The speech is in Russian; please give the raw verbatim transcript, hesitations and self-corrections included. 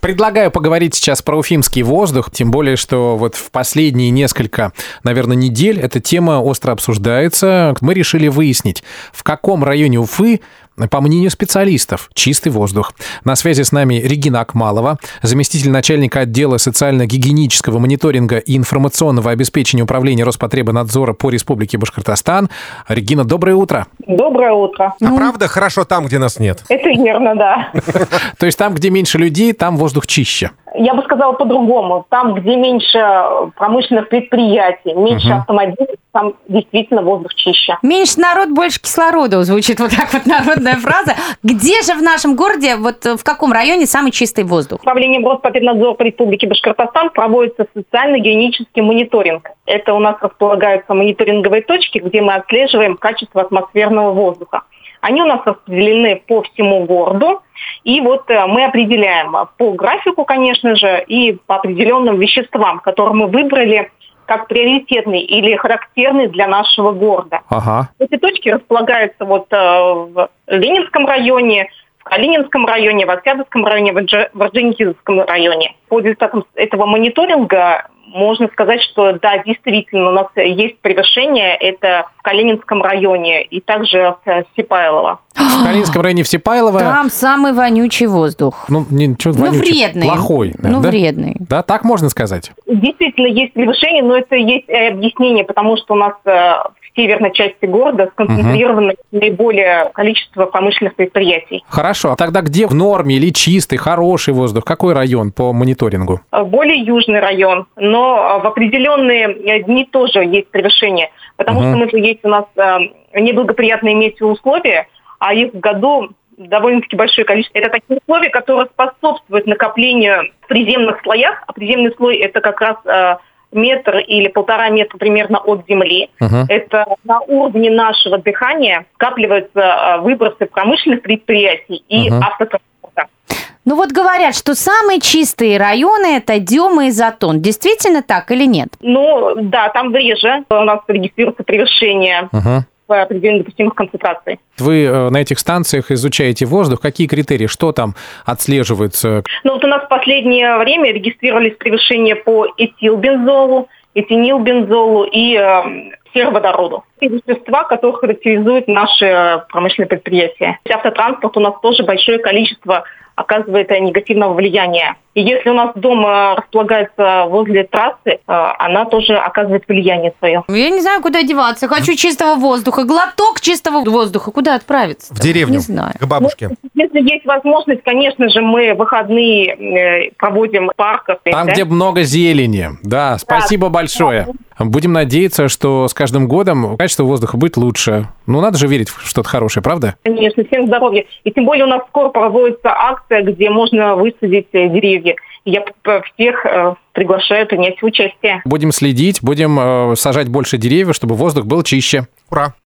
Предлагаю поговорить сейчас про уфимский воздух, тем более, что вот в последние несколько, наверное, недель эта тема остро обсуждается. Мы решили выяснить, в каком районе Уфы, по мнению специалистов, чистый воздух. На связи с нами Регина Акмалова, заместитель начальника отдела социально-гигиенического мониторинга и информационного обеспечения управления Роспотребнадзора по Республике Башкортостан. Регина, доброе утро. Доброе утро. А правда хорошо там, где нас нет? Это верно, да. То есть там, где меньше людей, там воздух чище? Я бы сказала по-другому. Там, где меньше промышленных предприятий, меньше uh-huh. автомобилей, там действительно воздух чище. Меньше народ, больше кислорода. Звучит вот так вот народная фраза. Где же в нашем городе, вот в каком районе самый чистый воздух? Управлением Роспотребнадзора по Республике Башкортостан проводится социально-гигиенический мониторинг. Это у нас располагаются мониторинговые точки, где мы отслеживаем качество атмосферного воздуха. Они у нас распределены по всему городу. И вот мы определяем по графику, конечно же, и по определенным веществам, которые мы выбрали как приоритетные или характерные для нашего города. Ага. Эти точки располагаются вот в Ленинском районе, в Калининском районе, в Октябрьском районе, в Орджоникидзевском районе. По результатам этого мониторинга можно сказать, что да, действительно, у нас есть превышение. Это в Калининском районе и также в Сипайлово. В Калининском районе в Сипайлово... Там самый вонючий воздух. Ну, ничего, ну вонючий. Вредный. Плохой. Ну, да? вредный. Да, так можно сказать? Действительно, есть превышение, но это есть объяснение, потому что у нас в северной части города сконцентрировано угу. наиболее количество промышленных предприятий. Хорошо. А тогда где в норме или чистый, хороший воздух? Какой район по мониторингу? Более южный район, но в определенные дни тоже есть превышение, потому угу. что мы же есть у нас неблагоприятные метеоусловия, а их в году довольно-таки большое количество. Это такие условия, которые способствуют накоплению в приземных слоях. А приземный слой – это как раз э, метр или полтора метра примерно от земли. Uh-huh. Это на уровне нашего дыхания скапливаются э, выбросы промышленных предприятий и uh-huh. автотранспорта. Ну вот говорят, что самые чистые районы – это Дема и Затон. Действительно так или нет? Ну да, там реже у нас регистрируется превышение. Uh-huh. определенных допустимых концентраций. Вы на этих станциях изучаете воздух. Какие критерии? Что там отслеживается? Ну вот у нас в последнее время регистрировались превышения по этилбензолу, этинилбензолу и э, сероводороду. И вещества, которые характеризуют наши промышленные предприятия. Автотранспорт у нас тоже большое количество оказывает негативного влияния. И если у нас дом располагается возле трассы, она тоже оказывает влияние свое. Я не знаю, куда деваться. Хочу чистого воздуха. Глоток чистого воздуха. Куда отправиться? В деревню, не знаю. к бабушке. Ну, если есть возможность, конечно же, мы выходные проводим в парках. Там, да? где много зелени. Да, спасибо да. большое. Будем надеяться, что с каждым годом качество воздуха будет лучше. Ну, надо же верить в что-то хорошее, правда? Конечно, всем здоровья. И тем более у нас скоро проводится акция, где можно высадить деревья. Я всех э, приглашаю принять участие. Будем следить, будем э, сажать больше деревьев, чтобы воздух был чище. Ура!